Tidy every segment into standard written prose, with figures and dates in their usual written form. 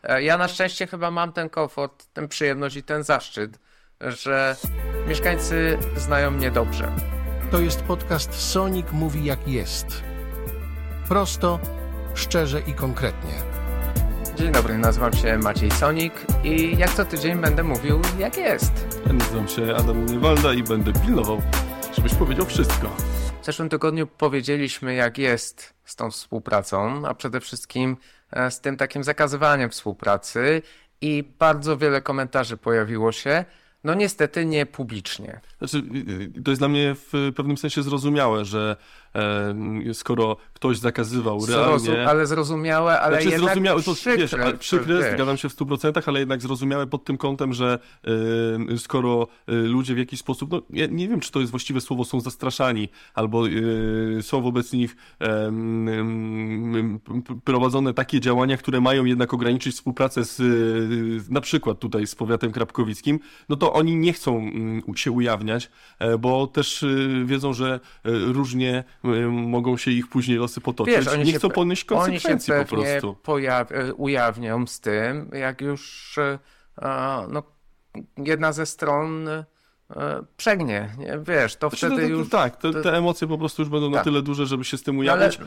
Ja na szczęście chyba mam ten komfort, tę przyjemność i ten zaszczyt, że mieszkańcy znają mnie dobrze. To jest podcast Sonic mówi jak jest. Prosto, szczerze i konkretnie. Dzień dobry, nazywam się Maciej Sonik i jak co tydzień będę mówił jak jest. Ja nazywam się Adam Niewalda i będę pilnował, żebyś powiedział wszystko. W zeszłym tygodniu powiedzieliśmy jak jest z tą współpracą, a przede wszystkim z tym takim zakazywaniem współpracy i bardzo wiele komentarzy pojawiło się. No niestety nie publicznie. Znaczy, to jest dla mnie w pewnym sensie zrozumiałe, że skoro ktoś zakazywał realnie... Ale zrozumiałe, ale znaczy, jednak zrozumiałe, to, przykre, zgadzam się w 100%, ale jednak zrozumiałe pod tym kątem, że skoro ludzie w jakiś sposób, no ja nie wiem, czy to jest właściwe słowo, są zastraszani, albo są wobec nich prowadzone takie działania, które mają jednak ograniczyć współpracę z na przykład tutaj z powiatem krapkowickim, no to oni nie chcą się ujawniać, bo też wiedzą, że różnie mogą się ich później losy potoczyć. Wiesz, nie chcą ponieść konsekwencji po prostu. Ujawnią z tym, jak już jedna ze stron przegnie, nie? Wiesz, to znaczy, wtedy już... Tak, te emocje po prostu już będą na tyle duże, żeby się z tym ujawniać.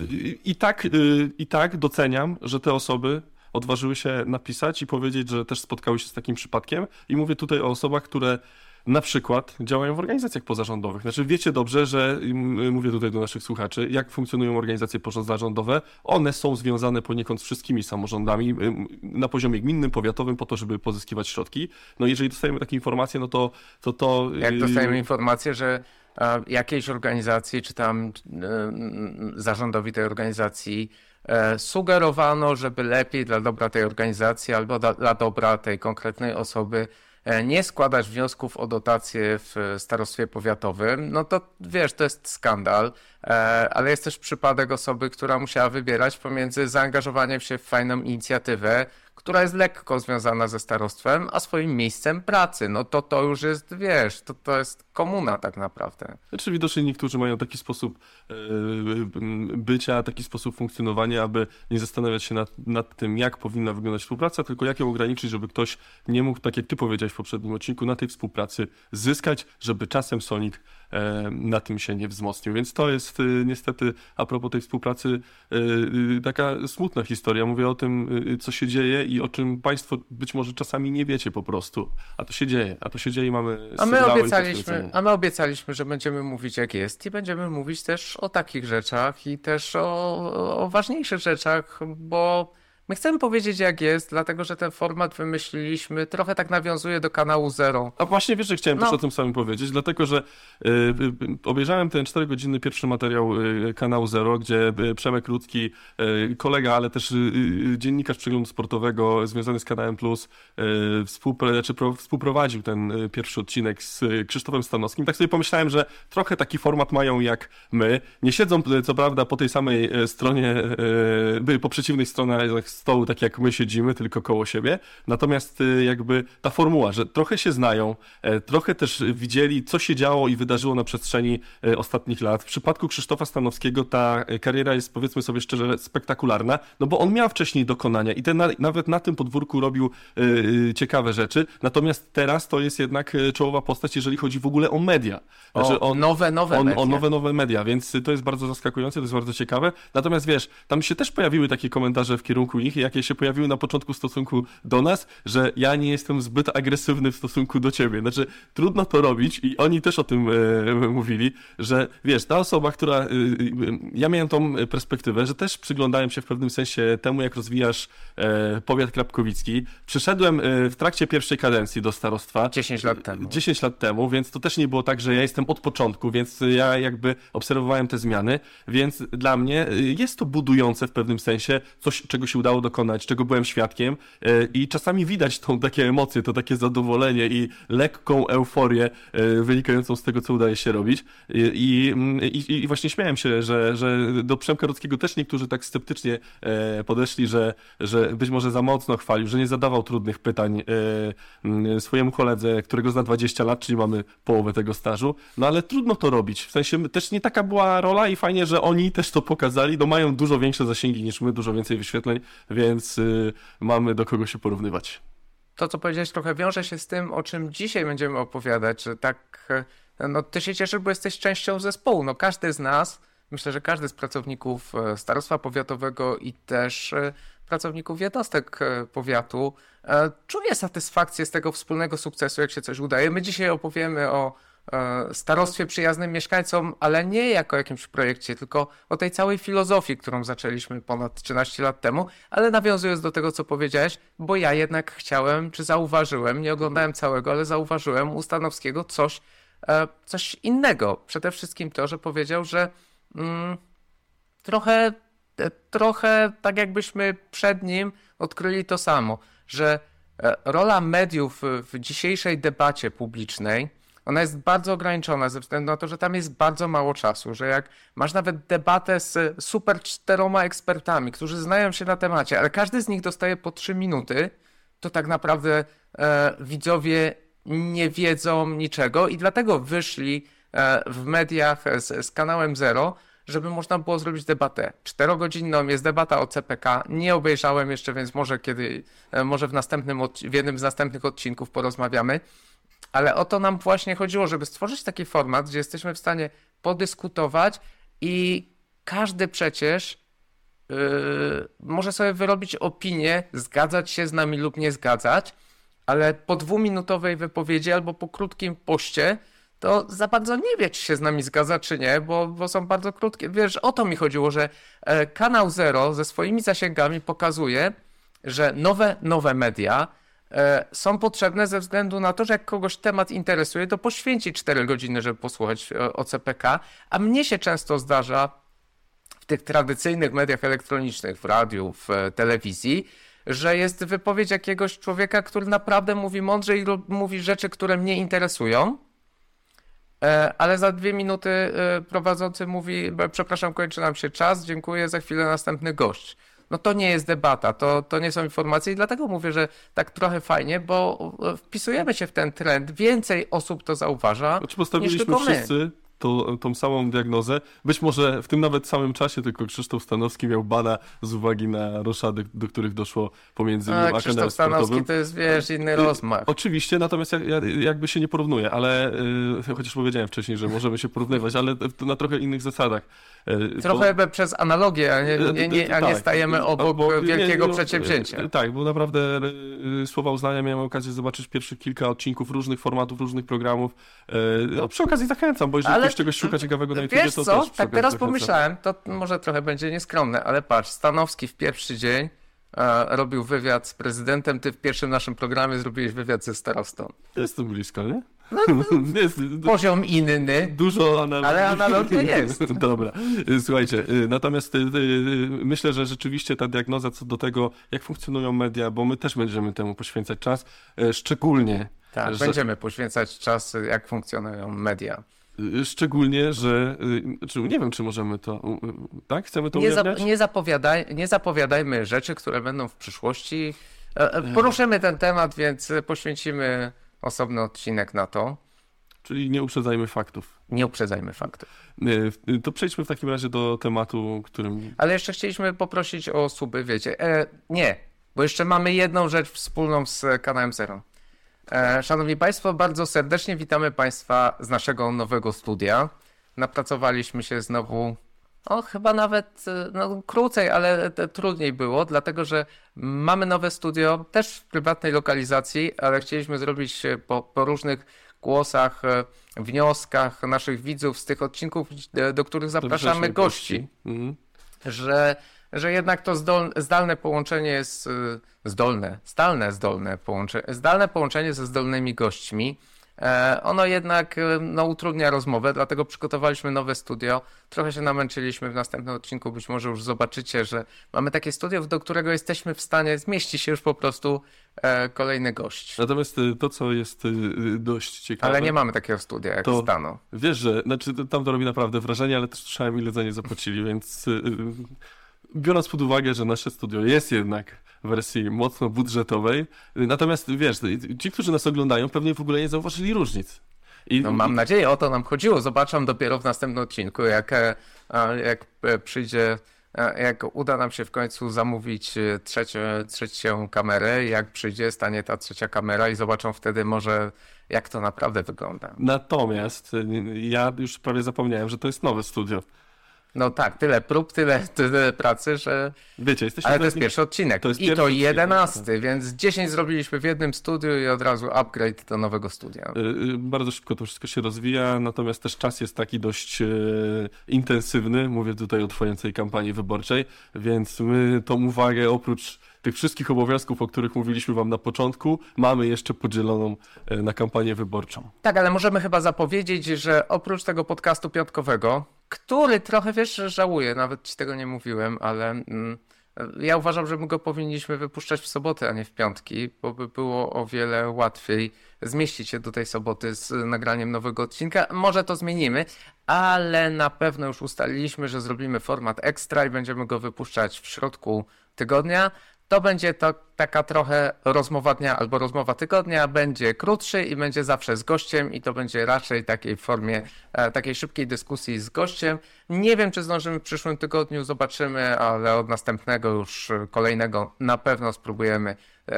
I tak doceniam, że te osoby odważyły się napisać i powiedzieć, że też spotkały się z takim przypadkiem. I mówię tutaj o osobach, które na przykład działają w organizacjach pozarządowych. Znaczy wiecie dobrze, że, mówię tutaj do naszych słuchaczy, jak funkcjonują organizacje pozarządowe. One są związane poniekąd z wszystkimi samorządami na poziomie gminnym, powiatowym, po to, żeby pozyskiwać środki. No jeżeli dostajemy takie informacje, no to... Jak dostajemy informację, że jakiejś organizacji, czy tam zarządowi tej organizacji sugerowano, żeby lepiej dla dobra tej organizacji albo dla dobra tej konkretnej osoby nie składać wniosków o dotacje w starostwie powiatowym, no to wiesz, to jest skandal, ale jest też przypadek osoby, która musiała wybierać pomiędzy zaangażowaniem się w fajną inicjatywę, która jest lekko związana ze starostwem, a swoim miejscem pracy. No to już jest, wiesz, to jest komuna tak naprawdę. Znaczy widocznie niektórzy mają taki sposób bycia, taki sposób funkcjonowania, aby nie zastanawiać się nad tym, jak powinna wyglądać współpraca, tylko jak ją ograniczyć, żeby ktoś nie mógł, tak jak ty powiedziałeś w poprzednim odcinku, na tej współpracy zyskać, żeby czasem Sonic na tym się nie wzmocnił. Więc to jest niestety, a propos tej współpracy, taka smutna historia. Mówię o tym, co się dzieje i o czym państwo być może czasami nie wiecie po prostu. A to się dzieje i mamy A my obiecaliśmy, że będziemy mówić jak jest i będziemy mówić też o takich rzeczach i też o ważniejszych rzeczach, bo my chcemy powiedzieć jak jest, dlatego że ten format wymyśliliśmy, trochę tak nawiązuje do kanału Zero. A właśnie wiesz, że chciałem też o tym samym powiedzieć, dlatego że obejrzałem ten 4-godzinny pierwszy materiał kanału Zero, gdzie Przemek Rudzki, kolega, ale też dziennikarz przeglądu sportowego związany z kanałem Plus, współprowadził ten pierwszy odcinek z Krzysztofem Stanowskim. Tak sobie pomyślałem, że trochę taki format mają jak my. Nie siedzą co prawda po tej samej stronie, po przeciwnej stronie stołu, tak jak my siedzimy, tylko koło siebie. Natomiast jakby ta formuła, że trochę się znają, trochę też widzieli, co się działo i wydarzyło na przestrzeni ostatnich lat. W przypadku Krzysztofa Stanowskiego ta kariera jest, powiedzmy sobie szczerze, spektakularna, no bo on miał wcześniej dokonania i nawet na tym podwórku robił ciekawe rzeczy. Natomiast teraz to jest jednak czołowa postać, jeżeli chodzi w ogóle o media. Znaczy o nowe media, więc to jest bardzo zaskakujące, to jest bardzo ciekawe. Natomiast wiesz, tam się też pojawiły takie komentarze w kierunku nich, jakie się pojawiły na początku w stosunku do nas, że ja nie jestem zbyt agresywny w stosunku do ciebie. Znaczy, trudno to robić i oni też o tym mówili, że wiesz, ta osoba, która... ja miałem tą perspektywę, że też przyglądałem się w pewnym sensie temu, jak rozwijasz powiat krapkowicki. Przyszedłem w trakcie pierwszej kadencji do starostwa. 10 lat temu. 10 lat temu, więc to też nie było tak, że ja jestem od początku, więc ja jakby obserwowałem te zmiany, więc dla mnie jest to budujące w pewnym sensie, coś, czego się udało dokonać, czego byłem świadkiem i czasami widać takie emocje, to takie zadowolenie i lekką euforię wynikającą z tego, co udaje się robić i właśnie śmiałem się, że do Przemka Rudzkiego też niektórzy tak sceptycznie podeszli, że być może za mocno chwalił, że nie zadawał trudnych pytań swojemu koledze, którego zna 20 lat, czyli mamy połowę tego stażu, no ale trudno to robić, w sensie też nie taka była rola i fajnie, że oni też to pokazali, no mają dużo większe zasięgi niż my, dużo więcej wyświetleń, więc mamy do kogo się porównywać. To, co powiedziałeś, trochę wiąże się z tym, o czym dzisiaj będziemy opowiadać, że tak, no ty się cieszysz, bo jesteś częścią zespołu. No każdy z nas, myślę, że każdy z pracowników starostwa powiatowego i też pracowników jednostek powiatu czuje satysfakcję z tego wspólnego sukcesu, jak się coś udaje. My dzisiaj opowiemy o starostwie przyjaznym mieszkańcom, ale nie jako jakimś projekcie, tylko o tej całej filozofii, którą zaczęliśmy ponad 13 lat temu, ale nawiązując do tego, co powiedziałeś, bo ja jednak chciałem, czy zauważyłem, nie oglądałem całego, ale zauważyłem u Stanowskiego coś innego. Przede wszystkim to, że powiedział, że trochę tak jakbyśmy przed nim odkryli to samo, że rola mediów w dzisiejszej debacie publicznej, ona jest bardzo ograniczona ze względu na to, że tam jest bardzo mało czasu, że jak masz nawet debatę z super 4 ekspertami, którzy znają się na temacie, ale każdy z nich dostaje po 3 minuty, to tak naprawdę widzowie nie wiedzą niczego i dlatego wyszli w mediach z kanałem Zero, żeby można było zrobić debatę 4-godzinną. Jest debata o CPK. Nie obejrzałem jeszcze, więc może w jednym z następnych odcinków porozmawiamy. Ale o to nam właśnie chodziło, żeby stworzyć taki format, gdzie jesteśmy w stanie podyskutować i każdy przecież może sobie wyrobić opinię, zgadzać się z nami lub nie zgadzać, ale po 2-minutowej wypowiedzi albo po krótkim poście to za bardzo nie wie, czy się z nami zgadza, czy nie, bo są bardzo krótkie. Wiesz, o to mi chodziło, że kanał Zero ze swoimi zasięgami pokazuje, że nowe media są potrzebne ze względu na to, że jak kogoś temat interesuje, to poświęci 4 godziny, żeby posłuchać o CPK, a mnie się często zdarza w tych tradycyjnych mediach elektronicznych, w radiu, w telewizji, że jest wypowiedź jakiegoś człowieka, który naprawdę mówi mądrze i mówi rzeczy, które mnie interesują, ale za 2 minuty prowadzący mówi: przepraszam, kończy nam się czas, dziękuję, za chwilę następny gość. No to nie jest debata, to nie są informacje i dlatego mówię, że tak trochę fajnie, bo wpisujemy się w ten trend, więcej osób to zauważa, znaczy postawiliśmy wszyscy tą samą diagnozę. Być może w tym nawet samym czasie tylko Krzysztof Stanowski miał bana z uwagi na roszady, do których doszło pomiędzy nim a kanałem Krzysztof Stanowski to jest, wiesz, inny rozmach. Oczywiście, natomiast jakby się nie porównuje, ale chociaż powiedziałem wcześniej, że możemy się porównywać, ale na trochę innych zasadach. Trochę przez analogię, a nie stajemy obok wielkiego przedsięwzięcia. Tak, bo naprawdę słowa uznania miałem okazję zobaczyć pierwszych kilka odcinków różnych formatów, różnych programów. Przy okazji zachęcam, bo jeżeli ktoś czegoś szuka ciekawego na YouTubie, wiesz to co? też Tak teraz pomyślałem, to może trochę będzie nieskromne, ale patrz, Stanowski w pierwszy dzień robił wywiad z prezydentem, ty w pierwszym naszym programie zrobiłeś wywiad ze starostą. Jest to blisko, nie? No, poziom inny, dużo analogii. Ale analogia jest. Dobra, słuchajcie, natomiast myślę, że rzeczywiście ta diagnoza co do tego, jak funkcjonują media, bo my też będziemy temu poświęcać czas, szczególnie... Tak, będziemy poświęcać czas, jak funkcjonują media. Szczególnie, że nie wiem, czy możemy to, tak? Chcemy to ujawniać? Nie zapowiadajmy rzeczy, które będą w przyszłości. Poruszymy ten temat, więc poświęcimy osobny odcinek na to. Czyli nie uprzedzajmy faktów. Nie uprzedzajmy faktów. To przejdźmy w takim razie do tematu, którym... Ale jeszcze chcieliśmy poprosić o suby, wiecie. Nie, bo jeszcze mamy jedną rzecz wspólną z kanałem Zero. Szanowni Państwo, bardzo serdecznie witamy Państwa z naszego nowego studia. Napracowaliśmy się znowu, chyba nawet krócej, ale trudniej było, dlatego że mamy nowe studio, też w prywatnej lokalizacji, ale chcieliśmy zrobić po różnych głosach, wnioskach naszych widzów z tych odcinków, do których zapraszamy gości, że jednak to zdalne połączenie jest zdalne połączenie ze zdolnymi gośćmi. Ono jednak utrudnia rozmowę, dlatego przygotowaliśmy nowe studio. Trochę się namęczyliśmy, w następnym odcinku być może już zobaczycie, że mamy takie studio, do którego jesteśmy w stanie, zmieści się już po prostu kolejny gość. Natomiast to, co jest dość ciekawe... Ale nie mamy takiego studia jak w Stanu. Wiesz, że tam to robi naprawdę wrażenie, ale też słyszałem, ile za nie zapłacili, więc... Biorąc pod uwagę, że nasze studio jest jednak w wersji mocno budżetowej, natomiast wiesz, ci, którzy nas oglądają, pewnie w ogóle nie zauważyli różnic. Mam nadzieję, o to nam chodziło. Zobaczą dopiero w następnym odcinku, jak przyjdzie jak uda nam się w końcu zamówić trzecią kamerę, jak przyjdzie, stanie ta trzecia kamera i zobaczą wtedy może, jak to naprawdę wygląda. Natomiast ja już prawie zapomniałem, że to jest nowe studio. No tak, tyle prób, tyle pracy, że... Wiecie, jesteśmy... Ale to jest pierwszy odcinek. I to 11, więc 10 zrobiliśmy w jednym studiu i od razu upgrade do nowego studia. Bardzo szybko to wszystko się rozwija, natomiast też czas jest taki dość intensywny, mówię tutaj o trwającej kampanii wyborczej, więc my tą uwagę oprócz tych wszystkich obowiązków, o których mówiliśmy wam na początku, mamy jeszcze podzieloną na kampanię wyborczą. Tak, ale możemy chyba zapowiedzieć, że oprócz tego podcastu piątkowego, który trochę, wiesz, żałuję, nawet ci tego nie mówiłem, ale ja uważam, że my go powinniśmy wypuszczać w sobotę, a nie w piątki, bo by było o wiele łatwiej zmieścić się do tej soboty z nagraniem nowego odcinka. Może to zmienimy, ale na pewno już ustaliliśmy, że zrobimy format ekstra i będziemy go wypuszczać w środku tygodnia. To będzie taka trochę rozmowa dnia albo rozmowa tygodnia, będzie krótszy i będzie zawsze z gościem i to będzie raczej takiej formie, takiej szybkiej dyskusji z gościem. Nie wiem, czy zdążymy w przyszłym tygodniu, zobaczymy, ale od następnego już kolejnego na pewno spróbujemy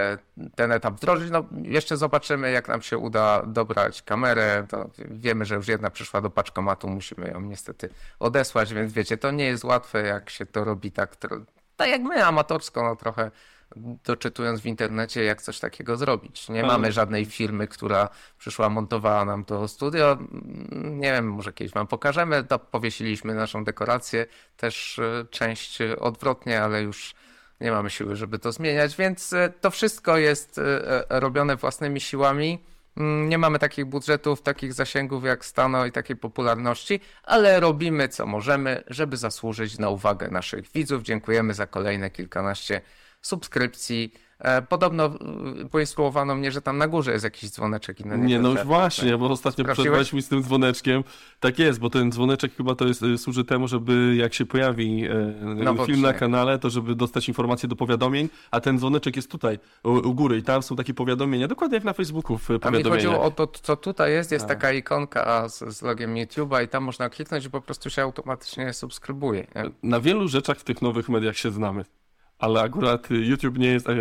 ten etap wdrożyć. No, jeszcze zobaczymy, jak nam się uda dobrać kamerę. To wiemy, że już jedna przyszła do paczkomatu, musimy ją niestety odesłać, więc wiecie, to nie jest łatwe, jak się to robi tak jak my, amatorsko, no trochę doczytując w internecie, jak coś takiego zrobić. Nie mamy żadnej firmy, która przyszła, montowała nam to studio. Nie wiem, może kiedyś wam pokażemy. To powiesiliśmy naszą dekorację, też część odwrotnie, ale już nie mamy siły, żeby to zmieniać, więc to wszystko jest robione własnymi siłami. Nie mamy takich budżetów, takich zasięgów jak Stano i takiej popularności, ale robimy co możemy, żeby zasłużyć na uwagę naszych widzów. Dziękujemy za kolejne kilkanaście subskrypcji. Podobno poinstruowano mnie, że tam na górze jest jakiś dzwoneczek. Nie, no już właśnie, bo ostatnio przerwałeś mi z tym dzwoneczkiem. Tak jest, bo ten dzwoneczek chyba to jest, służy temu, żeby jak się pojawi film na kanale, to żeby dostać informacje do powiadomień, a ten dzwoneczek jest tutaj, u góry i tam są takie powiadomienia, dokładnie jak na Facebooku w powiadomieniach. A mi chodziło o to, co tutaj jest taka ikonka z logiem YouTube'a i tam można kliknąć i po prostu się automatycznie subskrybuje. Nie? Na wielu rzeczach w tych nowych mediach się znamy. Ale akurat YouTube nie jest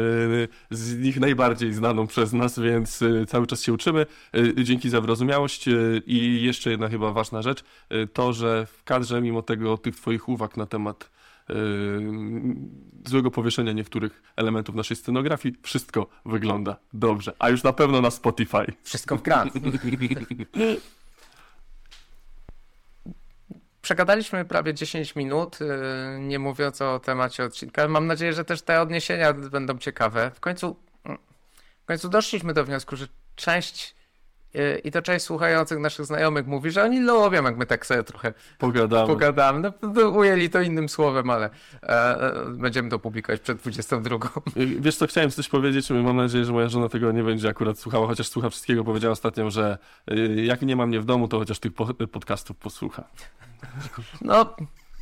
z nich najbardziej znaną przez nas, więc cały czas się uczymy. Dzięki za wyrozumiałość. I jeszcze jedna chyba ważna rzecz, to, że w kadrze, mimo tych twoich uwag na temat złego powieszenia niektórych elementów naszej scenografii, wszystko wygląda dobrze. A już na pewno na Spotify. Wszystko w kran. Przegadaliśmy prawie 10 minut, nie mówiąc o temacie odcinka. Mam nadzieję, że też te odniesienia będą ciekawe. W końcu doszliśmy do wniosku, że część słuchających naszych znajomych mówi, że oni lubią, jak my tak sobie trochę pogadamy. No, ujęli to innym słowem, ale będziemy to publikować przed 22. Wiesz co, chciałem coś powiedzieć, mam nadzieję, że moja żona tego nie będzie akurat słuchała, chociaż słucha wszystkiego. Powiedziała ostatnio, że jak nie ma mnie w domu, to chociaż tych podcastów posłucha. No,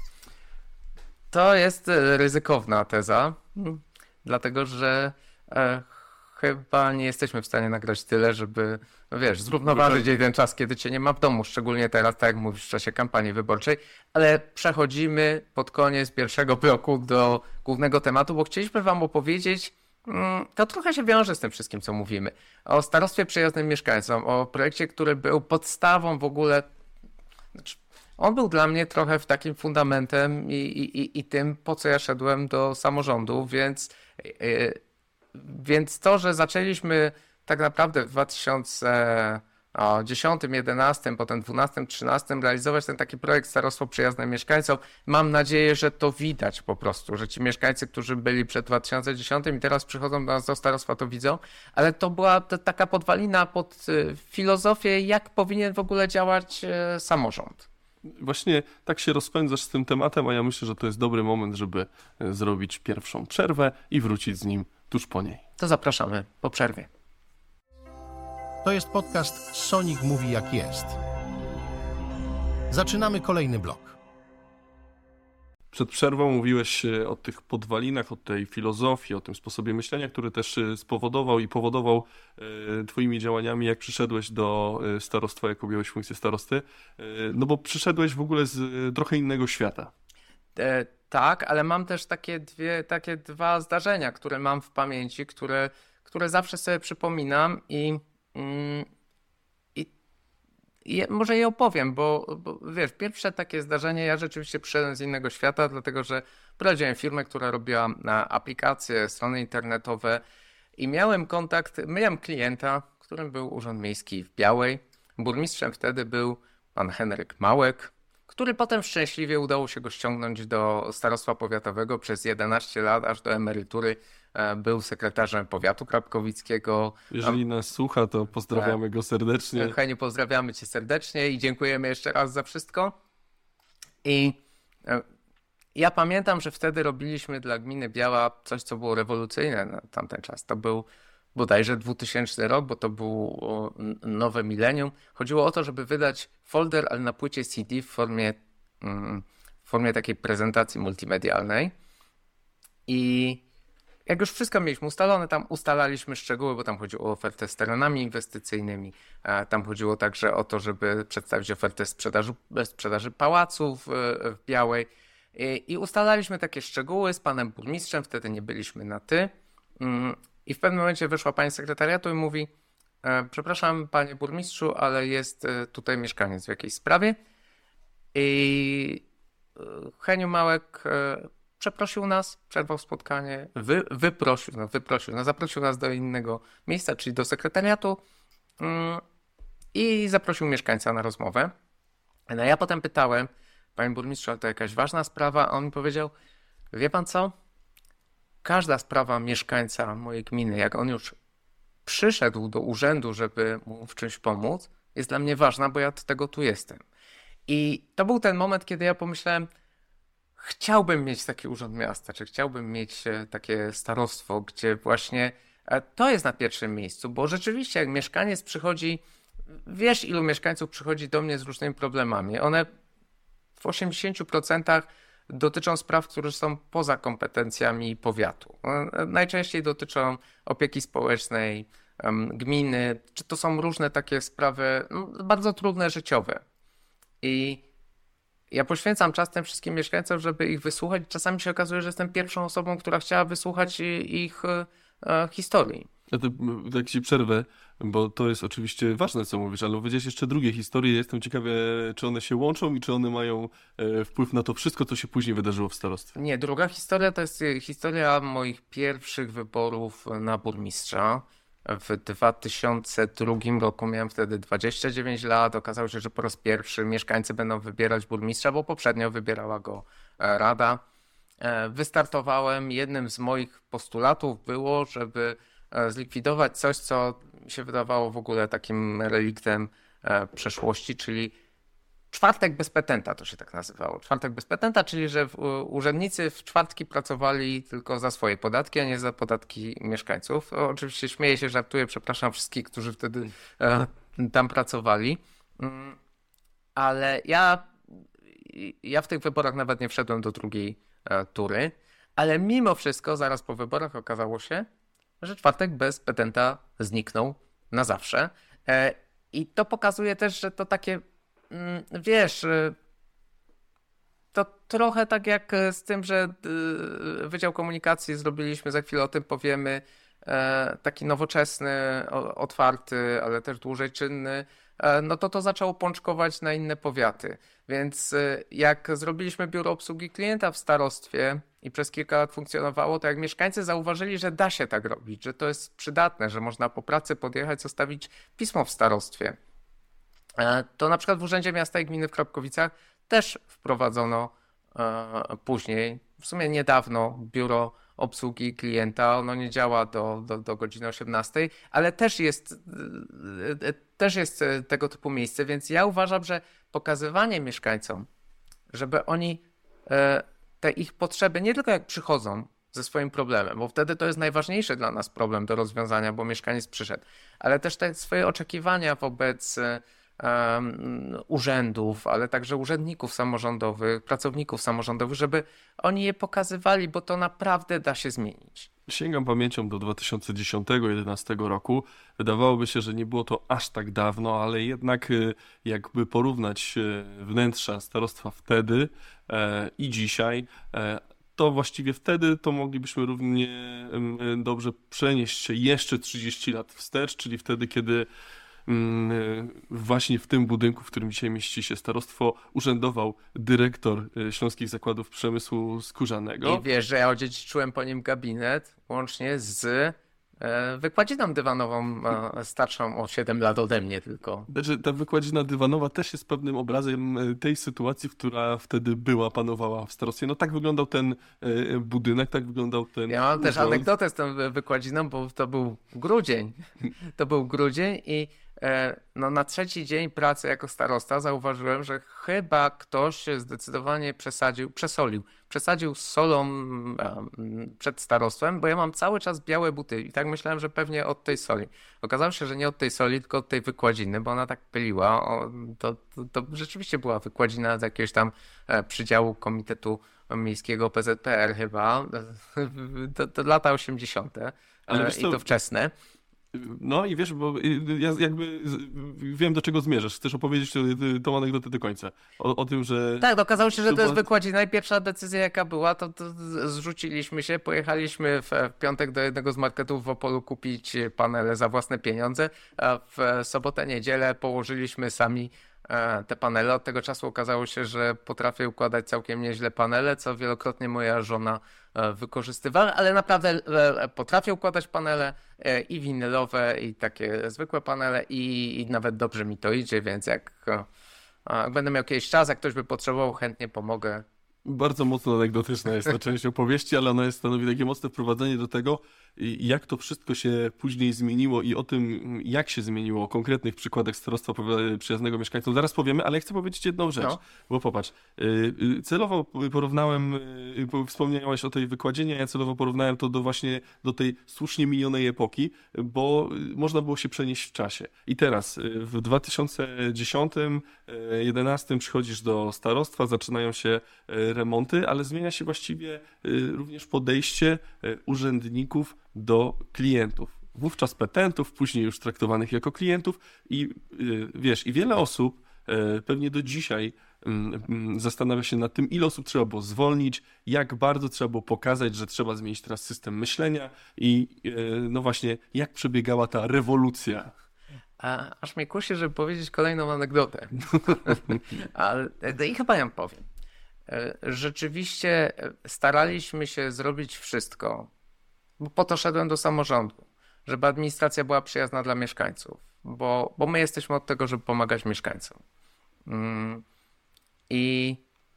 to jest ryzykowna teza, dlatego że chyba nie jesteśmy w stanie nagrać tyle, żeby, zrównoważyć jej ten czas, kiedy cię nie ma w domu, szczególnie teraz, tak jak mówisz, w czasie kampanii wyborczej, ale przechodzimy pod koniec pierwszego bloku do głównego tematu, bo chcieliśmy wam opowiedzieć, to trochę się wiąże z tym wszystkim, co mówimy, o starostwie przyjaznym mieszkańcom, o projekcie, który był podstawą w ogóle, on był dla mnie trochę takim fundamentem i tym, po co ja szedłem do samorządu, więc to, że zaczęliśmy tak naprawdę w 2010, 2011, potem 2012, 2013 realizować ten taki projekt Starostwo Przyjazne Mieszkańcom, mam nadzieję, że to widać po prostu, że ci mieszkańcy, którzy byli przed 2010 i teraz przychodzą do nas do starostwa, to widzą, ale to była taka podwalina pod filozofię, jak powinien w ogóle działać samorząd. Właśnie tak się rozpędzasz z tym tematem, a ja myślę, że to jest dobry moment, żeby zrobić pierwszą przerwę i wrócić z nim tuż po niej. To zapraszamy po przerwie. To jest podcast Sonic Mówi Jak Jest. Zaczynamy kolejny blok. Przed przerwą mówiłeś o tych podwalinach, o tej filozofii, o tym sposobie myślenia, który też powodował twoimi działaniami, jak przyszedłeś do starostwa, jak objąłeś funkcję starosty, no bo przyszedłeś w ogóle z trochę innego świata. Tak, ale mam też takie dwa zdarzenia, które mam w pamięci, które zawsze sobie przypominam i może je opowiem, bo wiesz, pierwsze takie zdarzenie, ja rzeczywiście przyszedłem z innego świata, dlatego że prowadziłem firmę, która robiła aplikacje, strony internetowe i miałem klienta, którym był Urząd Miejski w Białej. Burmistrzem wtedy był pan Henryk Małek, który potem szczęśliwie udało się go ściągnąć do starostwa powiatowego przez 11 lat, aż do emerytury. Był sekretarzem powiatu krapkowickiego. Jeżeli nas słucha, to pozdrawiamy go serdecznie. Heniu, pozdrawiamy cię serdecznie i dziękujemy jeszcze raz za wszystko. I ja pamiętam, że wtedy robiliśmy dla gminy Biała coś, co było rewolucyjne na tamten czas. To był bodajże 2000 rok, bo to było nowe milenium. Chodziło o to, żeby wydać folder, ale na płycie CD w formie takiej prezentacji multimedialnej. I jak już wszystko mieliśmy ustalone, tam ustalaliśmy szczegóły, bo tam chodziło o ofertę z terenami inwestycyjnymi. Tam chodziło także o to, żeby przedstawić ofertę sprzedaży pałaców w Białej. I ustalaliśmy takie szczegóły z panem burmistrzem, wtedy nie byliśmy na ty. I w pewnym momencie wyszła pani sekretariatu i mówi: przepraszam panie burmistrzu, ale jest tutaj mieszkaniec w jakiejś sprawie. I Heniu Małek przeprosił nas, przerwał spotkanie, zaprosił nas do innego miejsca, czyli do sekretariatu i zaprosił mieszkańca na rozmowę. No ja potem pytałem: panie burmistrzu, ale to jakaś ważna sprawa? A on mi powiedział: wie pan co? Każda sprawa mieszkańca mojej gminy, jak on już przyszedł do urzędu, żeby mu w czymś pomóc, jest dla mnie ważna, bo ja od tego tu jestem. I to był ten moment, kiedy ja pomyślałem: chciałbym mieć taki urząd miasta, czy chciałbym mieć takie starostwo, gdzie właśnie to jest na pierwszym miejscu, bo rzeczywiście jak mieszkaniec przychodzi, wiesz ilu mieszkańców przychodzi do mnie z różnymi problemami. One w 80% dotyczą spraw, które są poza kompetencjami powiatu. Najczęściej dotyczą opieki społecznej, gminy, czy to są różne takie sprawy bardzo trudne życiowe. I ja poświęcam czas tym wszystkim mieszkańcom, żeby ich wysłuchać. Czasami się okazuje, że jestem pierwszą osobą, która chciała wysłuchać ich historii. Ja tak ci przerwę, bo to jest oczywiście ważne, co mówisz, ale powiedziałeś jeszcze drugie historie. Jestem ciekawy, czy one się łączą i czy one mają wpływ na to wszystko, co się później wydarzyło w starostwie. Nie, druga historia to jest historia moich pierwszych wyborów na burmistrza. W 2002 roku miałem wtedy 29 lat. Okazało się, że po raz pierwszy mieszkańcy będą wybierać burmistrza, bo poprzednio wybierała go rada. Wystartowałem. Jednym z moich postulatów było, żeby zlikwidować coś, co mi się wydawało w ogóle takim reliktem przeszłości, czyli czwartek bez petenta, to się tak nazywało. Czwartek bez petenta, czyli że urzędnicy w czwartki pracowali tylko za swoje podatki, a nie za podatki mieszkańców. Oczywiście śmieję się, żartuję, przepraszam wszystkich, którzy wtedy tam pracowali. Ale ja w tych wyborach nawet nie wszedłem do drugiej tury, ale mimo wszystko zaraz po wyborach okazało się, że czwartek bez petenta zniknął na zawsze. I to pokazuje też, że to takie, wiesz, to trochę tak jak z tym, że Wydział Komunikacji zrobiliśmy, za chwilę o tym powiemy, taki nowoczesny, otwarty, ale też dłużej czynny, no to zaczęło pączkować na inne powiaty. Więc jak zrobiliśmy biuro obsługi klienta w starostwie i przez kilka lat funkcjonowało, to jak mieszkańcy zauważyli, że da się tak robić, że to jest przydatne, że można po pracy podjechać, zostawić pismo w starostwie, to na przykład w Urzędzie Miasta i Gminy w Krapkowicach też wprowadzono później, w sumie niedawno, biuro obsługi klienta. Ono nie działa do godziny 18, ale też jest tego typu miejsce, więc ja uważam, że pokazywanie mieszkańcom, żeby oni te ich potrzeby, nie tylko jak przychodzą ze swoim problemem, bo wtedy to jest najważniejszy dla nas problem do rozwiązania, bo mieszkaniec przyszedł, ale też te swoje oczekiwania wobec urzędów, ale także urzędników samorządowych, pracowników samorządowych, żeby oni je pokazywali, bo to naprawdę da się zmienić. Sięgam pamięcią do 2010-2011 roku. Wydawałoby się, że nie było to aż tak dawno, ale jednak jakby porównać wnętrza starostwa wtedy i dzisiaj, to właściwie wtedy to moglibyśmy równie dobrze przenieść się jeszcze 30 lat wstecz, czyli wtedy, kiedy właśnie w tym budynku, w którym dzisiaj mieści się starostwo, urzędował dyrektor Śląskich Zakładów Przemysłu Skórzanego. I wiesz, że ja odziedziczyłem po nim gabinet łącznie z wykładziną dywanową starszą o 7 lat ode mnie tylko. Znaczy, ta wykładzina dywanowa też jest pewnym obrazem tej sytuacji, która wtedy panowała w starostwie. No tak wyglądał ten budynek, tak wyglądał ten Ja mam też urząd. anegdotę z tą wykładziną, bo to był grudzień. To był grudzień i na trzeci dzień pracy jako starosta zauważyłem, że chyba ktoś zdecydowanie przesadził z solą przed starostwem, bo ja mam cały czas białe buty i tak myślałem, że pewnie od tej soli. Okazało się, że nie od tej soli, tylko od tej wykładziny, bo ona tak pyliła. To rzeczywiście była wykładzina z jakiegoś tam przydziału Komitetu Miejskiego PZPR chyba. To lata 80. Ale wiesz i co, to wczesne. No i wiesz, bo ja jakby wiem, do czego zmierzasz. Chcesz opowiedzieć tą anegdotę do końca. O tym, że... Tak, okazało się, że to jest była- wykładzina i pierwsza decyzja jaka była, to zrzuciliśmy się, pojechaliśmy w piątek do jednego z marketów w Opolu kupić panele za własne pieniądze, a w sobotę, niedzielę położyliśmy sami te panele. Od tego czasu okazało się, że potrafię układać całkiem nieźle panele, co wielokrotnie moja żona wykorzystywała, ale naprawdę potrafię układać panele i winylowe, i takie zwykłe panele i nawet dobrze mi to idzie, więc jak będę miał kiedyś czas, jak ktoś by potrzebował, chętnie pomogę. Bardzo mocno anegdotyczna jest ta część opowieści, ale ona stanowi takie mocne wprowadzenie do tego, jak to wszystko się później zmieniło i o tym, jak się zmieniło, o konkretnych przykładach starostwa przyjaznego mieszkańcom. Zaraz powiemy, ale ja chcę powiedzieć jedną rzecz, bo popatrz, celowo porównałem, wspomniałeś o tej wykładzinie, ja celowo porównałem to do tej słusznie minionej epoki, bo można było się przenieść w czasie. I teraz w 2010-2011 przychodzisz do starostwa, zaczynają się remonty, ale zmienia się właściwie również podejście urzędników do klientów. Wówczas petentów, później już traktowanych jako klientów i wiesz, i wiele osób pewnie do dzisiaj zastanawia się nad tym, ile osób trzeba było zwolnić, jak bardzo trzeba było pokazać, że trzeba zmienić teraz system myślenia i no właśnie, jak przebiegała ta rewolucja. Aż mnie kusi, żeby powiedzieć kolejną anegdotę. Ale i chyba ją powiem. Rzeczywiście staraliśmy się zrobić wszystko, bo po to szedłem do samorządu, żeby administracja była przyjazna dla mieszkańców, bo my jesteśmy od tego, żeby pomagać mieszkańcom. I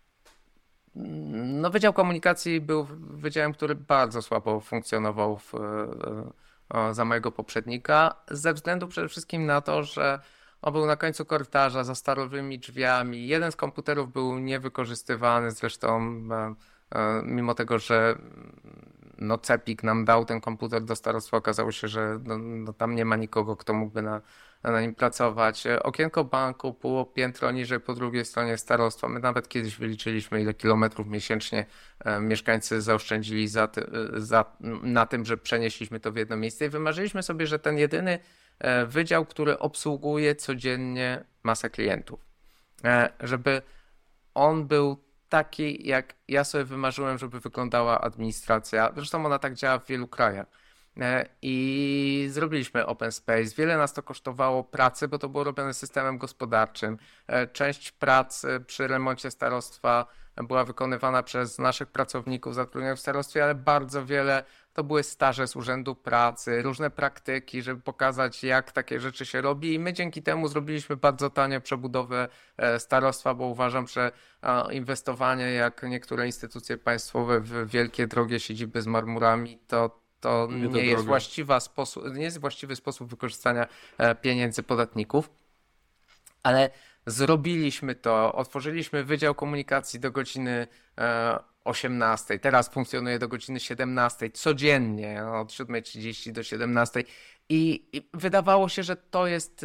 Wydział Komunikacji był wydziałem, który bardzo słabo funkcjonował za mojego poprzednika, ze względu przede wszystkim na to, że on był na końcu korytarza za starowymi drzwiami. Jeden z komputerów był niewykorzystywany, zresztą mimo tego, że CEPiK nam dał ten komputer do starostwa, okazało się, że tam nie ma nikogo, kto mógłby na nim pracować. Okienko banku było piętro niżej po drugiej stronie starostwa. My nawet kiedyś wyliczyliśmy, ile kilometrów miesięcznie mieszkańcy zaoszczędzili na tym, że przenieśliśmy to w jedno miejsce i wymarzyliśmy sobie, że ten jedyny wydział, który obsługuje codziennie masę klientów, żeby on był taki, jak ja sobie wymarzyłem, żeby wyglądała administracja. Zresztą ona tak działa w wielu krajach. I zrobiliśmy open space. Wiele nas to kosztowało pracy, bo to było robione systemem gospodarczym. Część prac przy remoncie starostwa była wykonywana przez naszych pracowników zatrudnionych w starostwie, ale bardzo wiele to były staże z Urzędu Pracy, różne praktyki, żeby pokazać, jak takie rzeczy się robi. I my dzięki temu zrobiliśmy bardzo tanie przebudowę starostwa, bo uważam, że inwestowanie, jak niektóre instytucje państwowe, w wielkie, drogie siedziby z marmurami, to nie jest właściwy sposób wykorzystania pieniędzy podatników. Ale zrobiliśmy to, otworzyliśmy Wydział Komunikacji do godziny 18. Teraz funkcjonuje do godziny 17 codziennie, od 7:30 do 17. I wydawało się, że to jest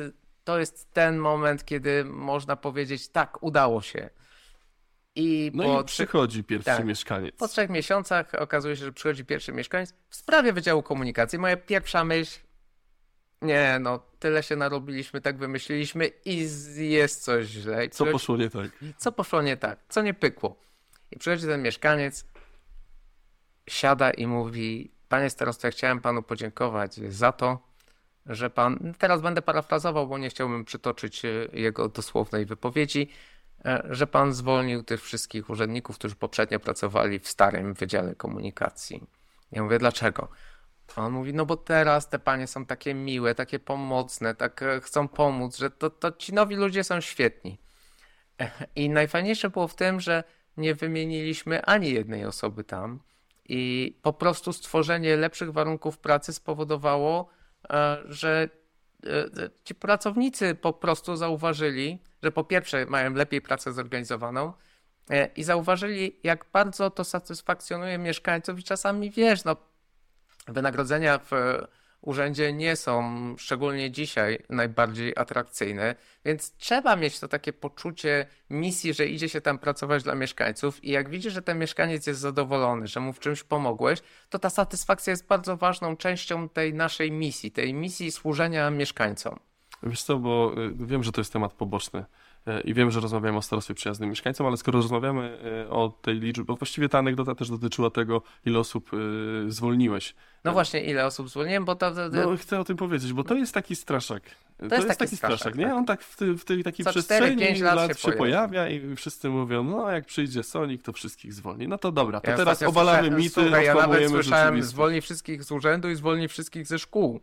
to jest ten moment, kiedy można powiedzieć, tak, udało się. I przychodzi pierwszy mieszkaniec. Po 3 miesiącach okazuje się, że przychodzi pierwszy mieszkaniec w sprawie Wydziału Komunikacji. Moja pierwsza myśl, nie no, tyle się narobiliśmy, tak wymyśliliśmy i jest coś źle. Co poszło nie tak? Co poszło nie tak? Co nie pykło? I przychodzi ten mieszkaniec, siada i mówi, panie starosto, ja chciałem panu podziękować za to, że pan, teraz będę parafrazował, bo nie chciałbym przytoczyć jego dosłownej wypowiedzi, że pan zwolnił tych wszystkich urzędników, którzy poprzednio pracowali w starym Wydziale Komunikacji. Ja mówię, dlaczego? A on mówi, no bo teraz te panie są takie miłe, takie pomocne, tak chcą pomóc, że to ci nowi ludzie są świetni. I najfajniejsze było w tym, że nie wymieniliśmy ani jednej osoby tam i po prostu stworzenie lepszych warunków pracy spowodowało, że ci pracownicy po prostu zauważyli, że po pierwsze mają lepiej pracę zorganizowaną i zauważyli, jak bardzo to satysfakcjonuje mieszkańców i czasami wiesz, no wynagrodzenia w urzędzie nie są, szczególnie dzisiaj, najbardziej atrakcyjne, więc trzeba mieć to takie poczucie misji, że idzie się tam pracować dla mieszkańców i jak widzisz, że ten mieszkaniec jest zadowolony, że mu w czymś pomogłeś, to ta satysfakcja jest bardzo ważną częścią tej naszej misji, tej misji służenia mieszkańcom. Wiesz co, bo wiem, że to jest temat poboczny i wiem, że rozmawiamy o starostwie przyjaznym mieszkańcom, ale skoro rozmawiamy o tej liczbie, bo właściwie ta anegdota też dotyczyła tego, ile osób zwolniłeś. No właśnie, ile osób zwolniłem, bo to... No chcę o tym powiedzieć, bo to jest taki straszak. To jest taki straszak, nie? Tak. On tak w tej takiej Co przestrzeni 4-5 lat się pojawia i wszyscy mówią, no jak przyjdzie Sonik, to wszystkich zwolni. No to dobra, to ja teraz obalamy mity, słuchaj, ja nawet słyszałem, rzeczywistość. zwolni wszystkich z urzędu i zwolni wszystkich ze szkół.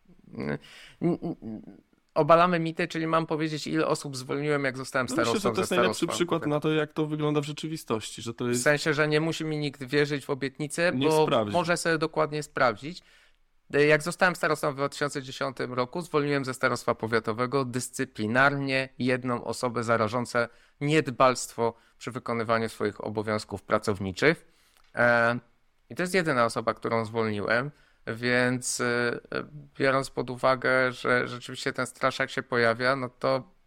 Obalamy mity, czyli mam powiedzieć, ile osób zwolniłem, jak zostałem starostą. Myślę, że to jest najlepszy przykład na to, jak to wygląda w rzeczywistości. Że to jest... W sensie, że nie musi mi nikt wierzyć w obietnicę, bo może sobie dokładnie sprawdzić. Jak zostałem starostą w 2010 roku, zwolniłem ze starostwa powiatowego dyscyplinarnie jedną osobę za rażące niedbalstwo przy wykonywaniu swoich obowiązków pracowniczych. I to jest jedyna osoba, którą zwolniłem. Więc biorąc pod uwagę, że rzeczywiście ten straszak się pojawia, no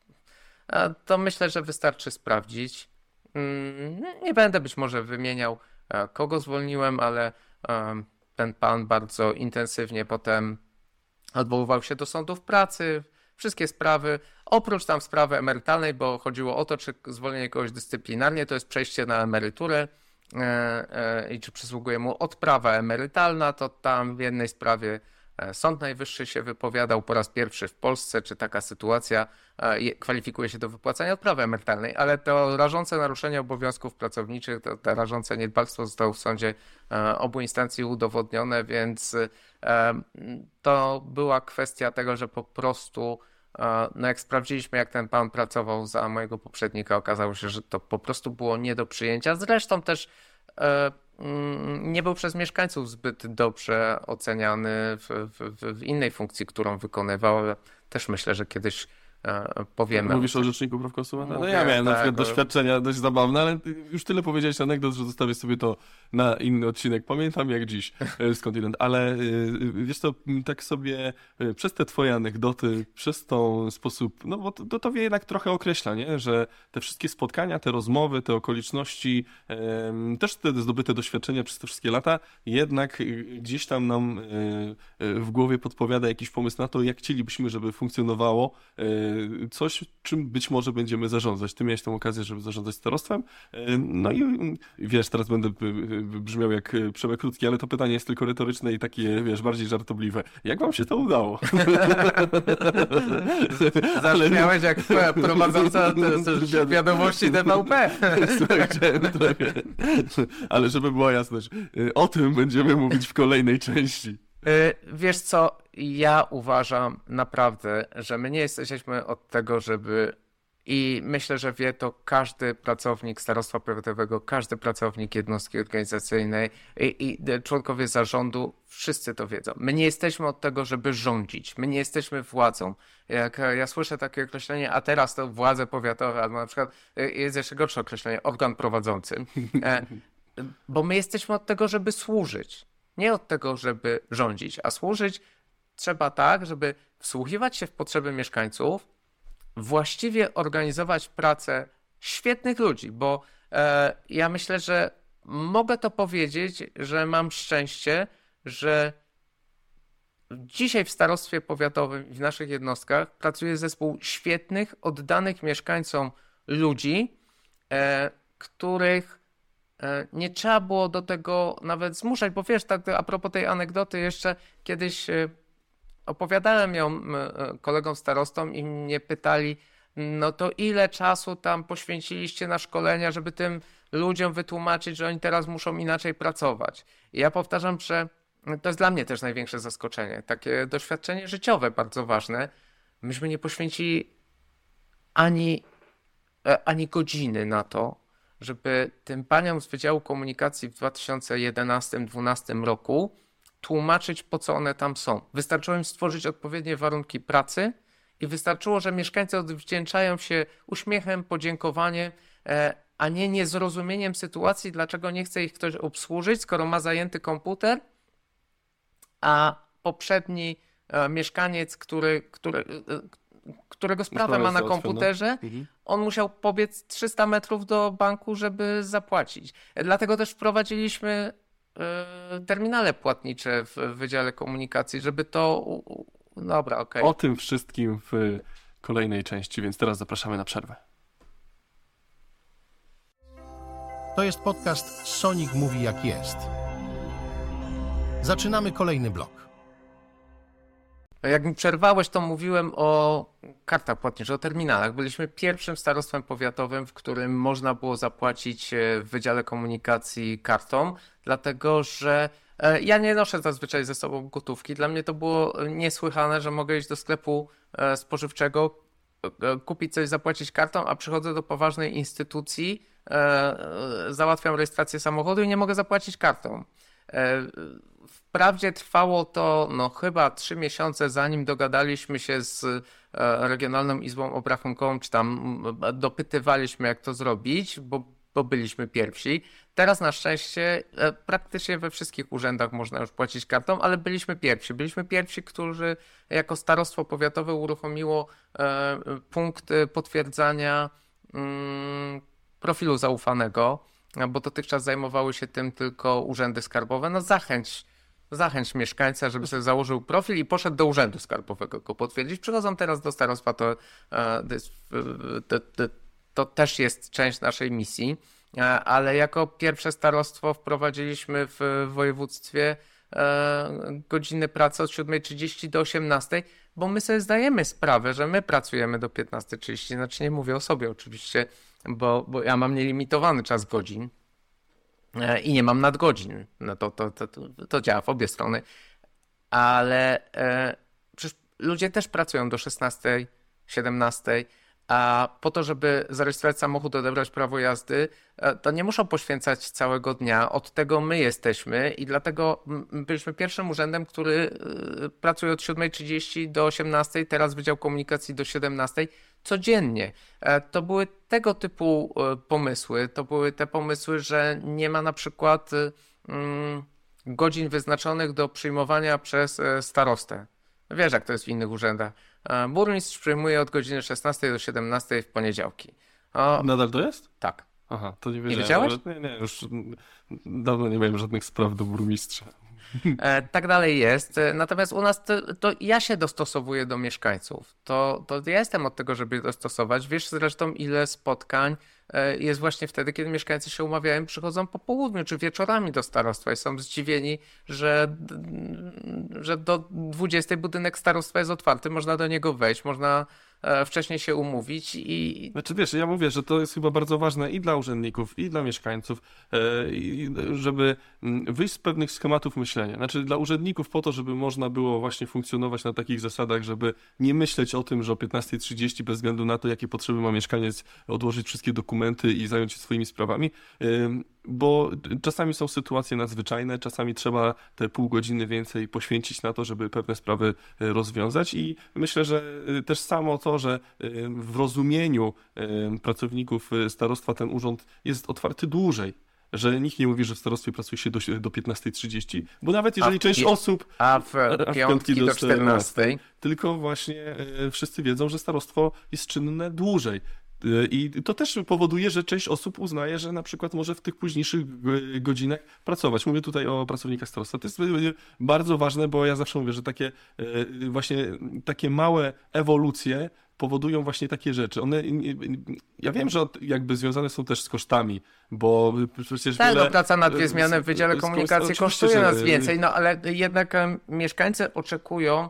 to myślę, że wystarczy sprawdzić. Nie będę być może wymieniał, kogo zwolniłem, ale ten pan bardzo intensywnie potem odwoływał się do sądów pracy, wszystkie sprawy, oprócz tam sprawy emerytalnej, bo chodziło o to, czy zwolnienie kogoś dyscyplinarnie to jest przejście na emeryturę, i czy przysługuje mu odprawa emerytalna, to tam w jednej sprawie Sąd Najwyższy się wypowiadał po raz pierwszy w Polsce, czy taka sytuacja kwalifikuje się do wypłacania odprawy emerytalnej, ale to rażące naruszenie obowiązków pracowniczych, to rażące niedbalstwo zostało w sądzie obu instancji udowodnione, więc to była kwestia tego, że po prostu no jak sprawdziliśmy, jak ten pan pracował za mojego poprzednika, okazało się, że to po prostu było nie do przyjęcia. Zresztą też nie był przez mieszkańców zbyt dobrze oceniany w innej funkcji, którą wykonywał, ale też myślę, że kiedyś powiemy. Mówisz o Rzeczniku Praw Konsumenta? No ja miałem na przykład doświadczenia dość zabawne, ale już tyle powiedziałeś anegdot, że zostawię sobie to na inny odcinek. Pamiętam jak dziś skądinąd, ale wiesz co, tak sobie przez te twoje anegdoty, przez tą sposób, no bo to wie jednak trochę określa, nie? Że te wszystkie spotkania, te rozmowy, te okoliczności, też te zdobyte doświadczenia przez te wszystkie lata, jednak gdzieś tam nam w głowie podpowiada jakiś pomysł na to, jak chcielibyśmy, żeby funkcjonowało coś, czym być może będziemy zarządzać. Ty miałeś tę okazję, żeby zarządzać starostwem. No i wiesz, teraz będę brzmiał jak Przemek Krótki, ale to pytanie jest tylko retoryczne i takie, wiesz, bardziej żartobliwe. Jak wam się to udało? Zabrzmiałeś jak prowadząca wiadomości TVP. Ale żeby była jasność, o tym będziemy mówić w kolejnej części. Wiesz co, ja uważam naprawdę, że my nie jesteśmy od tego, żeby i myślę, że wie to każdy pracownik starostwa powiatowego, każdy pracownik jednostki organizacyjnej i członkowie zarządu, wszyscy to wiedzą. My nie jesteśmy od tego, żeby rządzić, my nie jesteśmy władzą. Jak ja słyszę takie określenie, a teraz to władze powiatowe, albo na przykład jest jeszcze gorsze określenie, organ prowadzący, bo my jesteśmy od tego, żeby służyć. Nie od tego, żeby rządzić, a służyć trzeba tak, żeby wsłuchiwać się w potrzeby mieszkańców, właściwie organizować pracę świetnych ludzi, bo ja myślę, że mogę to powiedzieć, że mam szczęście, że dzisiaj w starostwie powiatowym i w naszych jednostkach pracuje zespół świetnych, oddanych mieszkańcom ludzi, których nie trzeba było do tego nawet zmuszać, bo wiesz, tak a propos tej anegdoty jeszcze kiedyś opowiadałem ją kolegom starostom i mnie pytali, no to ile czasu tam poświęciliście na szkolenia, żeby tym ludziom wytłumaczyć, że oni teraz muszą inaczej pracować. I ja powtarzam, że to jest dla mnie też największe zaskoczenie, takie doświadczenie życiowe bardzo ważne. Myśmy nie poświęcili ani godziny na to, żeby tym paniom z Wydziału Komunikacji w 2011-2012 roku tłumaczyć, po co one tam są. Wystarczyło im stworzyć odpowiednie warunki pracy i wystarczyło, że mieszkańcy odwdzięczają się uśmiechem, podziękowaniem, a nie niezrozumieniem sytuacji, dlaczego nie chce ich ktoś obsłużyć, skoro ma zajęty komputer, a poprzedni mieszkaniec, którego sprawę ma na komputerze, on musiał pobiec 300 metrów do banku, żeby zapłacić. Dlatego też wprowadziliśmy terminale płatnicze w Wydziale Komunikacji, żeby to... Dobra, okej. O tym wszystkim w kolejnej części, więc teraz zapraszamy na przerwę. To jest podcast Sonik Mówi Jak Jest. Zaczynamy kolejny blok. Jak mi przerwałeś, to mówiłem o kartach płatniczych, o terminalach. Byliśmy pierwszym starostwem powiatowym, w którym można było zapłacić w Wydziale Komunikacji kartą, dlatego że ja nie noszę zazwyczaj ze sobą gotówki. Dla mnie to było niesłychane, że mogę iść do sklepu spożywczego, kupić coś, zapłacić kartą, a przychodzę do poważnej instytucji, załatwiam rejestrację samochodu i nie mogę zapłacić kartą. Wprawdzie trwało to chyba 3 miesiące, zanim dogadaliśmy się z Regionalną Izbą Obrachunkową, czy tam dopytywaliśmy, jak to zrobić, bo byliśmy pierwsi. Teraz na szczęście praktycznie we wszystkich urzędach można już płacić kartą, ale byliśmy pierwsi. Byliśmy pierwsi, którzy jako starostwo powiatowe uruchomiło punkt potwierdzania profilu zaufanego, bo dotychczas zajmowały się tym tylko urzędy skarbowe. No zachęć mieszkańca, żeby sobie założył profil i poszedł do urzędu skarbowego go potwierdzić. Przychodzą teraz do starostwa, to też jest część naszej misji, ale jako pierwsze starostwo wprowadziliśmy w województwie godziny pracy od 7:30 do 18:00, bo my sobie zdajemy sprawę, że my pracujemy do 15:30, znaczy nie mówię o sobie oczywiście, bo ja mam nielimitowany czas godzin i nie mam nadgodzin. No to działa w obie strony, ale przecież ludzie też pracują do 16:00, 17:00, a po to, żeby zarejestrować samochód, odebrać prawo jazdy, to nie muszą poświęcać całego dnia. Od tego my jesteśmy i dlatego byliśmy pierwszym urzędem, który pracuje od 7:30 do 18:00, teraz Wydział Komunikacji do 17:00 codziennie. To były tego typu pomysły. To były te pomysły, że nie ma na przykład godzin wyznaczonych do przyjmowania przez starostę. Wiesz, jak to jest w innych urzędach. Burmistrz przyjmuje od godziny 16 do 17 w poniedziałki. Nadal to jest? Tak. Aha, to nie wiedziałem. Nie wiedziałeś? Nie, już dawno nie miałem żadnych spraw do burmistrza. Tak dalej jest. Natomiast u nas to ja się dostosowuję do mieszkańców. To ja jestem od tego, żeby dostosować. Wiesz zresztą, ile spotkań jest właśnie wtedy, kiedy mieszkańcy się umawiają, przychodzą po południu czy wieczorami do starostwa i są zdziwieni, że do 20 budynek starostwa jest otwarty, można do niego wejść, można wcześniej się umówić i... Znaczy wiesz, ja mówię, że to jest chyba bardzo ważne i dla urzędników, i dla mieszkańców, żeby wyjść z pewnych schematów myślenia. Znaczy dla urzędników po to, żeby można było właśnie funkcjonować na takich zasadach, żeby nie myśleć o tym, że o 15:30 bez względu na to, jakie potrzeby ma mieszkaniec, odłożyć wszystkie dokumenty i zająć się swoimi sprawami, bo czasami są sytuacje nadzwyczajne, czasami trzeba te pół godziny więcej poświęcić na to, żeby pewne sprawy rozwiązać i myślę, że też samo to, że w rozumieniu pracowników starostwa ten urząd jest otwarty dłużej, że nikt nie mówi, że w starostwie pracuje się do 15:30, bo nawet jeżeli część osób... A w piątki do 14. Tylko właśnie wszyscy wiedzą, że starostwo jest czynne dłużej. I to też powoduje, że część osób uznaje, że na przykład może w tych późniejszych godzinach pracować. Mówię tutaj o pracownikach starostwa. To jest bardzo ważne, bo ja zawsze mówię, że takie małe ewolucje powodują właśnie takie rzeczy. Ja wiem, że jakby związane są też z kosztami, bo przecież tak, praca na 2 zmiany w Wydziale Komunikacji kosztuje nas więcej, no ale jednak mieszkańcy oczekują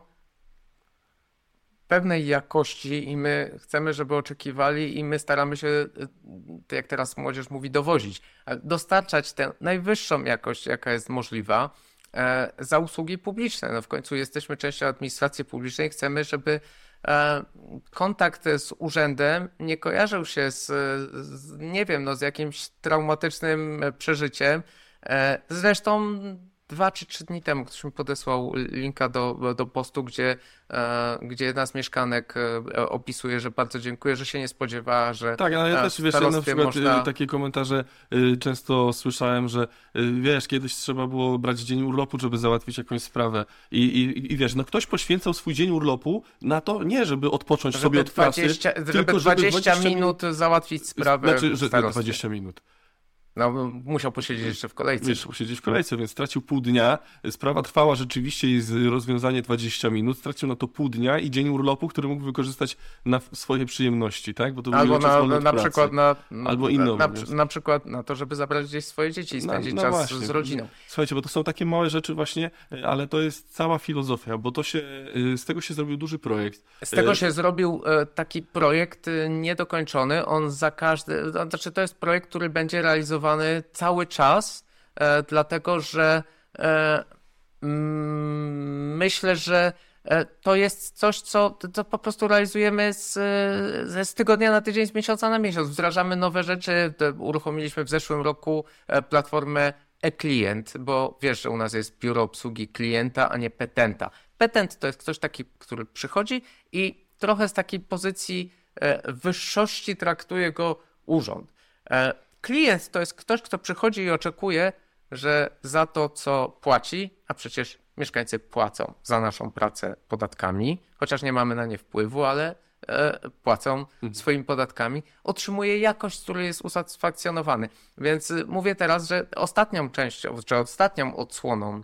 pewnej jakości i my chcemy, żeby oczekiwali i my staramy się, jak teraz młodzież mówi, dowozić, dostarczać tę najwyższą jakość, jaka jest możliwa za usługi publiczne. No w końcu jesteśmy częścią administracji publicznej, chcemy, żeby kontakt z urzędem nie kojarzył się nie wiem, no z jakimś traumatycznym przeżyciem. Zresztą 2 czy 3 dni temu ktoś mi podesłał linka do postu, gdzie jedna z mieszkanek opisuje, że bardzo dziękuję, że się nie spodziewała, że tak, ale ja też, wiesz, ja na przykład takie komentarze często słyszałem, że wiesz, kiedyś trzeba było brać dzień urlopu, żeby załatwić jakąś sprawę i wiesz, no ktoś poświęcał swój dzień urlopu na to, nie żeby odpocząć sobie od pracy, żeby 20 minut załatwić sprawę. Znaczy, że 20 minut. No, musiał posiedzieć jeszcze w kolejce. Wiesz, posiedzieć w kolejce, więc stracił pół dnia. Sprawa trwała rzeczywiście jest rozwiązanie 20 minut. Stracił na to pół dnia i dzień urlopu, który mógł wykorzystać na swoje przyjemności, tak? Bo to albo na przykład albo inną. Na przykład na to, żeby zabrać gdzieś swoje dzieci i spędzić czas właśnie z rodziną. Słuchajcie, bo to są takie małe rzeczy właśnie, ale to jest cała filozofia, bo z tego się zrobił duży projekt. Z tego się zrobił taki projekt niedokończony. On znaczy to jest projekt, który będzie realizowany cały czas, dlatego że myślę, że to jest coś, co po prostu realizujemy z tygodnia na tydzień, z miesiąca na miesiąc. Wdrażamy nowe rzeczy. Uruchomiliśmy w zeszłym roku platformę e-klient, bo wiesz, że u nas jest biuro obsługi klienta, a nie petenta. Petent to jest ktoś taki, który przychodzi i trochę z takiej pozycji wyższości traktuje go urząd. Klient to jest ktoś, kto przychodzi i oczekuje, że za to, co płaci, a przecież mieszkańcy płacą za naszą pracę podatkami, chociaż nie mamy na nie wpływu, ale płacą swoimi podatkami, otrzymuje jakość, z której jest usatysfakcjonowany. Więc mówię teraz, że ostatnią częścią, czy ostatnią odsłoną,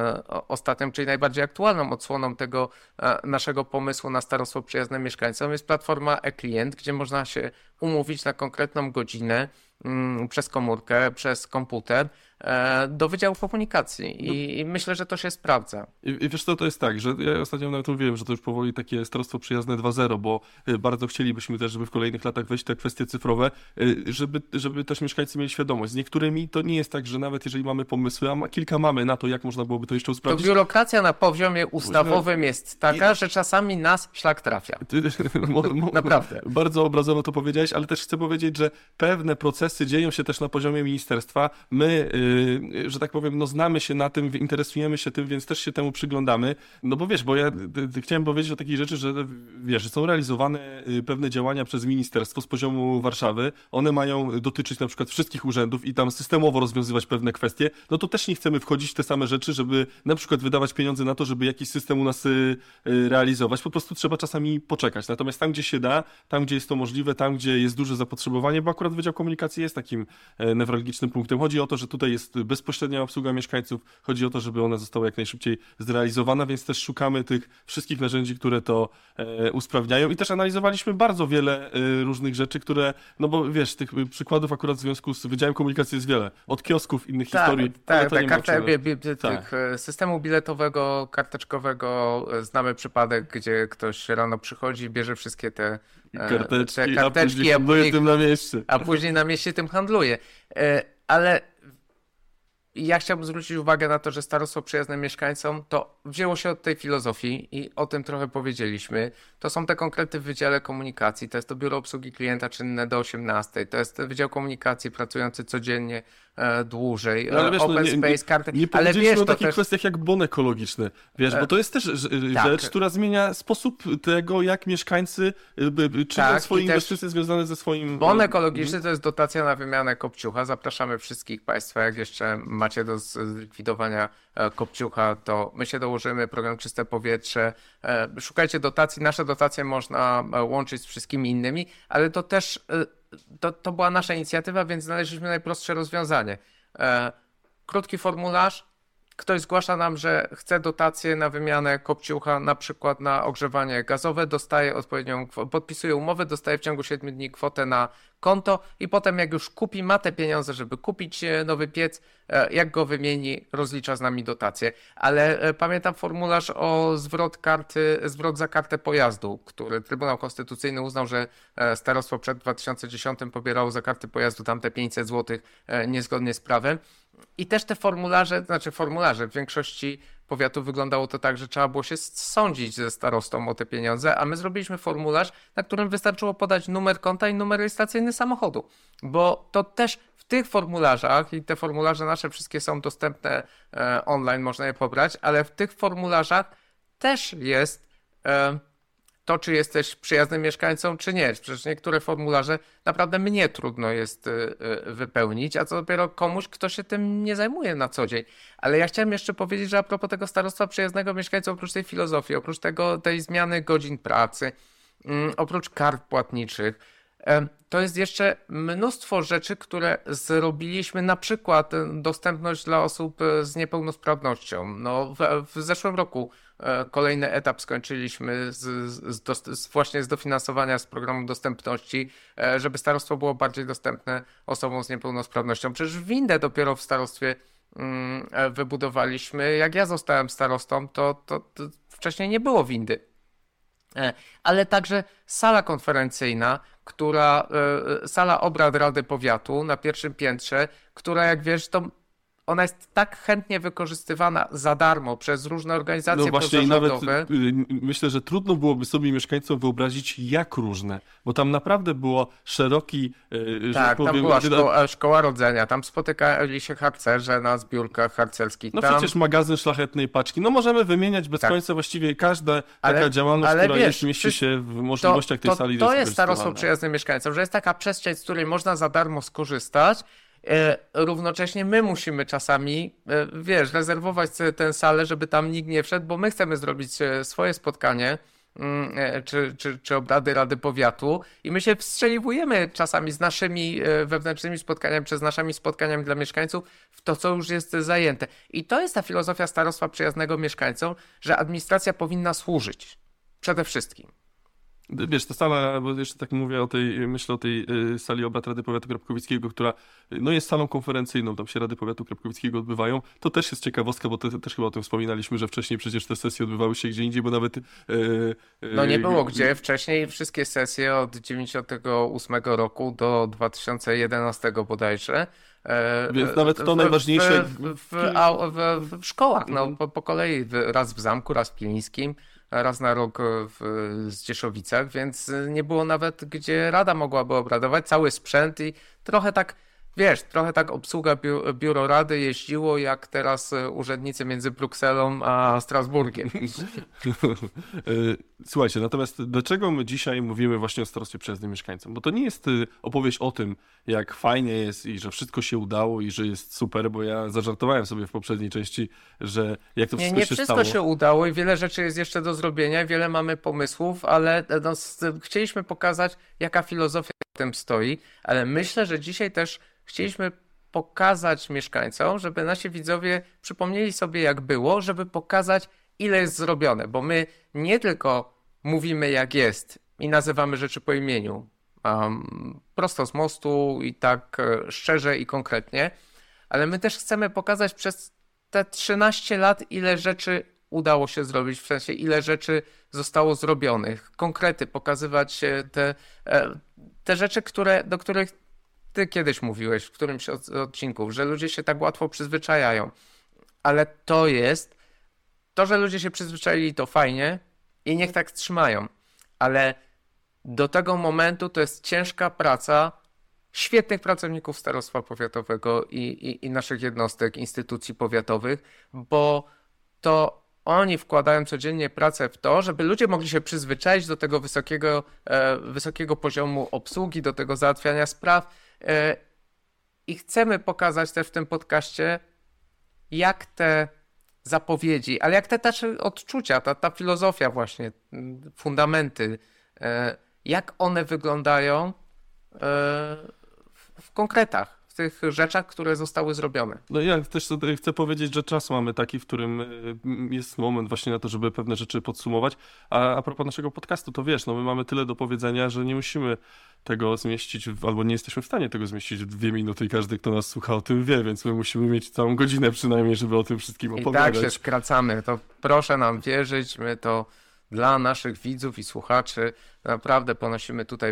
czyli najbardziej aktualną odsłoną tego naszego pomysłu na starostwo przyjazne mieszkańcom jest platforma e-klient, gdzie można się umówić na konkretną godzinę przez komórkę, przez komputer do Wydziału Komunikacji i myślę, że to się sprawdza. I wiesz co, to jest tak, że ja ostatnio nawet mówiłem, że to już powoli takie starostwo przyjazne 2.0, bo bardzo chcielibyśmy też, żeby w kolejnych latach wejść te kwestie cyfrowe, żeby też mieszkańcy mieli świadomość. Z niektórymi to nie jest tak, że nawet jeżeli mamy pomysły, a kilka mamy na to, jak można byłoby to jeszcze usprawnić. To biurokracja na poziomie ustawowym jest taka, że czasami nas szlak trafia. Naprawdę. Bardzo obrazowo to powiedziałeś, ale też chcę powiedzieć, że pewne procesy dzieją się też na poziomie ministerstwa. My, że tak powiem, no znamy się na tym, interesujemy się tym, więc też się temu przyglądamy. No bo wiesz, bo ja chciałem powiedzieć o takiej rzeczy, że wiesz, że są realizowane pewne działania przez ministerstwo z poziomu Warszawy. One mają dotyczyć na przykład wszystkich urzędów i tam systemowo rozwiązywać pewne kwestie. No to też nie chcemy wchodzić w te same rzeczy, żeby na przykład wydawać pieniądze na to, żeby jakiś system u nas realizować. Po prostu trzeba czasami poczekać. Natomiast tam, gdzie się da, tam, gdzie jest to możliwe, tam, gdzie jest duże zapotrzebowanie, bo akurat Wydział Komunikacji jest takim newralgicznym punktem. Chodzi o to, że tutaj jest bezpośrednia obsługa mieszkańców, chodzi o to, żeby ona została jak najszybciej zrealizowana, więc też szukamy tych wszystkich narzędzi, które to usprawniają i też analizowaliśmy bardzo wiele różnych rzeczy, które, no bo wiesz, tych przykładów akurat w związku z Wydziałem Komunikacji jest wiele. Od kiosków, innych historii. Tak. Systemu biletowego, karteczkowego znamy przypadek, gdzie ktoś rano przychodzi, bierze wszystkie te karteczki, a później handluje tym na mieście. A później na mieście tym handluje. Ale ja chciałbym zwrócić uwagę na to, że starostwo przyjazne mieszkańcom to wzięło się od tej filozofii i o tym trochę powiedzieliśmy. To są te konkrety w Wydziale Komunikacji, to jest to biuro obsługi klienta czynne do 18, to jest Wydział Komunikacji pracujący codziennie dłużej. No, ale wiesz, Open Space, karty. Nie ale powiedzieliśmy wiesz, o to takich też... kwestiach jak bon ekologiczny, wiesz, bo to jest też rzecz, która zmienia sposób tego, jak mieszkańcy czynią swoje inwestycje związane ze swoim... Bon ekologiczny to jest dotacja na wymianę kopciucha. Zapraszamy wszystkich Państwa, jak jeszcze macie do zlikwidowania kopciucha, to my się dołożymy, program Czyste Powietrze. Szukajcie dotacji, nasze dotacje można łączyć z wszystkimi innymi, ale to też to była nasza inicjatywa, więc znaleźliśmy najprostsze rozwiązanie. Krótki formularz, ktoś zgłasza nam, że chce dotację na wymianę kopciucha, na przykład na ogrzewanie gazowe, dostaje odpowiednią, podpisuje umowę, dostaje w ciągu 7 dni kwotę na konto i potem jak już kupi, ma te pieniądze, żeby kupić nowy piec, jak go wymieni, rozlicza z nami dotację. Ale pamiętam formularz o zwrot za kartę pojazdu, który Trybunał Konstytucyjny uznał, że starostwo przed 2010 pobierało za kartę pojazdu tamte 500 zł niezgodnie z prawem. I też te formularze, w większości powiatów wyglądało to tak, że trzeba było się sądzić ze starostą o te pieniądze, a my zrobiliśmy formularz, na którym wystarczyło podać numer konta i numer rejestracyjny samochodu, bo to też w tych formularzach, i te formularze nasze wszystkie są dostępne online, można je pobrać, ale w tych formularzach też jest to, czy jesteś przyjaznym mieszkańcą, czy nie. Przecież niektóre formularze naprawdę mnie trudno jest wypełnić, a co dopiero komuś, kto się tym nie zajmuje na co dzień. Ale ja chciałem jeszcze powiedzieć, że a propos tego starostwa przyjaznego mieszkańcom, oprócz tej filozofii, oprócz tej zmiany godzin pracy, oprócz kart płatniczych, to jest jeszcze mnóstwo rzeczy, które zrobiliśmy, na przykład dostępność dla osób z niepełnosprawnością. No, w zeszłym roku kolejny etap skończyliśmy właśnie z dofinansowania z programu dostępności, żeby starostwo było bardziej dostępne osobom z niepełnosprawnością. Przecież windę dopiero w starostwie wybudowaliśmy. Jak ja zostałem starostą, to wcześniej nie było windy. Ale także sala konferencyjna, sala obrad Rady Powiatu na pierwszym piętrze, która jak wiesz, to ona jest tak chętnie wykorzystywana za darmo przez różne organizacje pozarządowe. I nawet myślę, że trudno byłoby sobie mieszkańcom wyobrazić, jak różne, bo tam naprawdę było szeroki... Tak, tam była szkoła rodzenia, tam spotykali się harcerze na zbiórkach harcerskich. No przecież magazyn szlachetnej paczki. No możemy wymieniać bez końca właściwie każda taka działalność, która mieści się w możliwościach tej sali. To jest starostwo przyjazne mieszkańcom, że jest taka przestrzeń, z której można za darmo skorzystać. Równocześnie my musimy czasami, rezerwować sobie tę salę, żeby tam nikt nie wszedł, bo my chcemy zrobić swoje spotkanie czy obrady Rady Powiatu i my się wstrzeliwujemy czasami z naszymi wewnętrznymi spotkaniami, czy z naszymi spotkaniami dla mieszkańców w to, co już jest zajęte. I to jest ta filozofia starostwa przyjaznego mieszkańcom, że administracja powinna służyć przede wszystkim. Wiesz, ta sala, bo jeszcze tak mówię myślę o tej sali obrad Rady Powiatu Krapkowickiego, która jest salą konferencyjną, tam się Rady Powiatu Krapkowickiego odbywają. To też jest ciekawostka, bo też chyba o tym wspominaliśmy, że wcześniej przecież te sesje odbywały się gdzie indziej, bo nawet... No nie było gdzie. Wcześniej wszystkie sesje od 1998 roku do 2011 bodajże. Więc nawet to najważniejsze... W szkołach, po kolei, raz w Zamku, raz w Pielińskim, raz na rok w Zdzieszowicach, więc nie było nawet gdzie Rada mogłaby obradować, cały sprzęt i trochę tak obsługa biuro Rady jeździło jak teraz urzędnicy między Brukselą a Strasburgiem. Słuchajcie, natomiast dlaczego my dzisiaj mówimy właśnie o starostwie przyjaznym mieszkańcom? Bo to nie jest opowieść o tym, jak fajnie jest i że wszystko się udało i że jest super, bo ja zażartowałem sobie w poprzedniej części, że jak to wszystko się stało. Nie wszystko się udało i wiele rzeczy jest jeszcze do zrobienia, wiele mamy pomysłów, ale chcieliśmy pokazać, jaka filozofia w tym stoi, ale myślę, że dzisiaj też chcieliśmy pokazać mieszkańcom, żeby nasi widzowie przypomnieli sobie, jak było, żeby pokazać, ile jest zrobione, bo my nie tylko mówimy, jak jest i nazywamy rzeczy po imieniu, prosto z mostu i tak szczerze i konkretnie, ale my też chcemy pokazać przez te 13 lat, ile rzeczy udało się zrobić, w sensie ile rzeczy zostało zrobionych, konkrety, pokazywać te rzeczy, do których ty kiedyś mówiłeś w którymś z odcinków, że ludzie się tak łatwo przyzwyczajają, ale to, że ludzie się przyzwyczaili, to fajnie i niech tak trzymają, ale do tego momentu to jest ciężka praca świetnych pracowników starostwa powiatowego i naszych jednostek, instytucji powiatowych, bo to oni wkładają codziennie pracę w to, żeby ludzie mogli się przyzwyczaić do tego wysokiego poziomu obsługi, do tego załatwiania spraw. I chcemy pokazać też w tym podcaście, jak te zapowiedzi, ale jak te nasze odczucia, ta filozofia właśnie, fundamenty, jak one wyglądają w konkretach, w tych rzeczach, które zostały zrobione. No ja też chcę powiedzieć, że czas mamy taki, w którym jest moment właśnie na to, żeby pewne rzeczy podsumować. A propos naszego podcastu, to wiesz, no my mamy tyle do powiedzenia, że nie musimy tego zmieścić, albo nie jesteśmy w stanie tego zmieścić w 2 minuty i każdy, kto nas słucha, o tym wie, więc my musimy mieć całą godzinę przynajmniej, żeby o tym wszystkim opowiadać. I tak się skracamy, to proszę nam wierzyć, my to dla naszych widzów i słuchaczy naprawdę ponosimy tutaj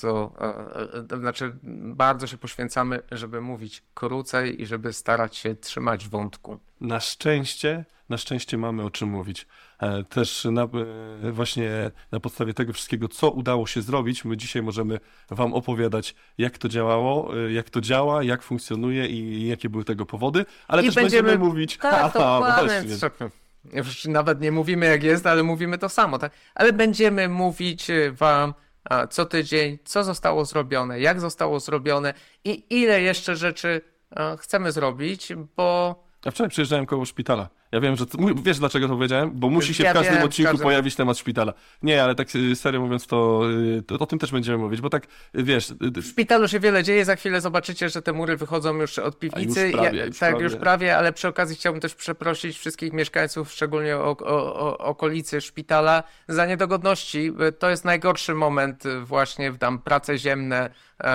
bardzo się poświęcamy, żeby mówić krócej i żeby starać się trzymać wątku. Na szczęście mamy o czym mówić. Też właśnie na podstawie tego wszystkiego, co udało się zrobić, my dzisiaj możemy wam opowiadać, jak to działało, jak to działa, jak funkcjonuje i jakie były tego powody, ale też będziemy mówić... Tak, dokładnie. Już nawet nie mówimy jak jest, ale mówimy to samo, tak? Ale będziemy mówić wam co tydzień, co zostało zrobione, jak zostało zrobione i ile jeszcze rzeczy chcemy zrobić, bo... Ja wczoraj przyjeżdżałem koło szpitala. Ja wiem, że... Wiesz, dlaczego to powiedziałem? Bo musi się w każdym odcinku pojawić temat szpitala. Nie, ale tak serio mówiąc, to o tym też będziemy mówić, bo tak, wiesz... W szpitalu się wiele dzieje, za chwilę zobaczycie, że te mury wychodzą już od piwnicy. Już prawie, ale przy okazji chciałbym też przeprosić wszystkich mieszkańców, szczególnie okolicy szpitala, za niedogodności. To jest najgorszy moment właśnie w tam prace ziemne,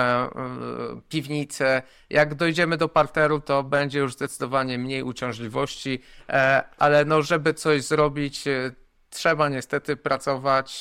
piwnice. Jak dojdziemy do parteru, to będzie już zdecydowanie mniej uciążliwości, ale no, żeby coś zrobić, trzeba niestety pracować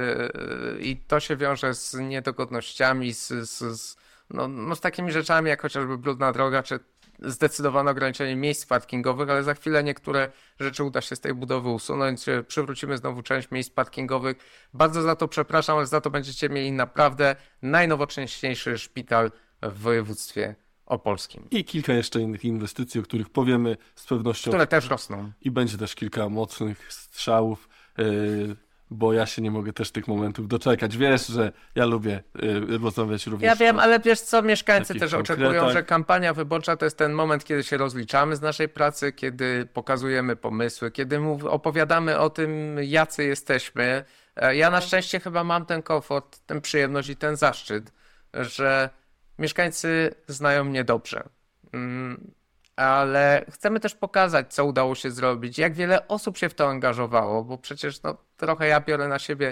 i to się wiąże z niedogodnościami, z takimi rzeczami jak chociażby brudna droga, czy zdecydowane ograniczenie miejsc parkingowych, ale za chwilę niektóre rzeczy uda się z tej budowy usunąć. Przywrócimy znowu część miejsc parkingowych. Bardzo za to przepraszam, ale za to będziecie mieli naprawdę najnowocześniejszy szpital w województwie opolskim. I kilka jeszcze innych inwestycji, o których powiemy z pewnością. Które też rosną. I będzie też kilka mocnych strzałów, bo ja się nie mogę też tych momentów doczekać. Wiesz, że ja lubię rozmawiać również. Ja wiem, ale wiesz co, mieszkańcy też oczekują, że kampania wyborcza to jest ten moment, kiedy się rozliczamy z naszej pracy, kiedy pokazujemy pomysły, kiedy opowiadamy o tym, jacy jesteśmy. Ja na szczęście chyba mam ten komfort, tę przyjemność i ten zaszczyt, że mieszkańcy znają mnie dobrze. Ale chcemy też pokazać, co udało się zrobić, jak wiele osób się w to angażowało, bo przecież trochę ja biorę na siebie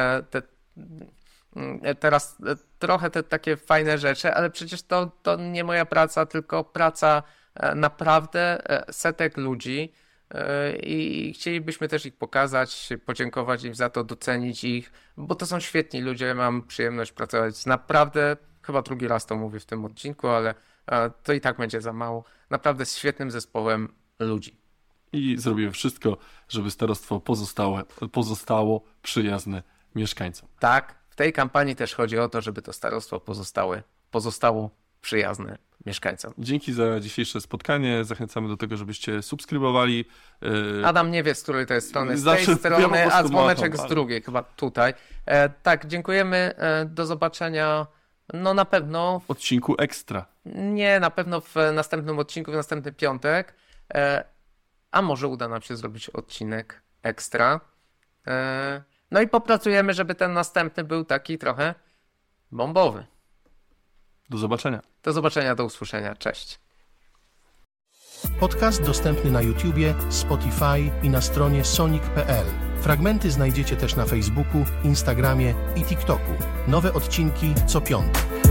teraz trochę te takie fajne rzeczy, ale przecież to nie moja praca, tylko praca naprawdę setek ludzi i chcielibyśmy też ich pokazać, podziękować im za to, docenić ich, bo to są świetni ludzie, mam przyjemność pracować z naprawdę, chyba drugi raz to mówię w tym odcinku, ale to i tak będzie za mało, naprawdę z świetnym zespołem ludzi. I zrobimy wszystko, żeby starostwo pozostało przyjazne mieszkańcom. Tak, w tej kampanii też chodzi o to, żeby to starostwo pozostało przyjazne mieszkańcom. Dzięki za dzisiejsze spotkanie. Zachęcamy do tego, żebyście subskrybowali. Adam nie wie, z której to jest strony. Z tej strony, a dzwoneczek z drugiej, chyba tutaj. Tak, dziękujemy. Do zobaczenia. No na pewno... W odcinku ekstra. Nie, na pewno w następnym odcinku, w następny piątek. A może uda nam się zrobić odcinek ekstra. No i popracujemy, żeby ten następny był taki trochę bombowy. Do zobaczenia. Do zobaczenia, do usłyszenia. Cześć. Podcast dostępny na YouTubie, Spotify i na stronie sonic.pl. Fragmenty znajdziecie też na Facebooku, Instagramie i TikToku. Nowe odcinki co piątek.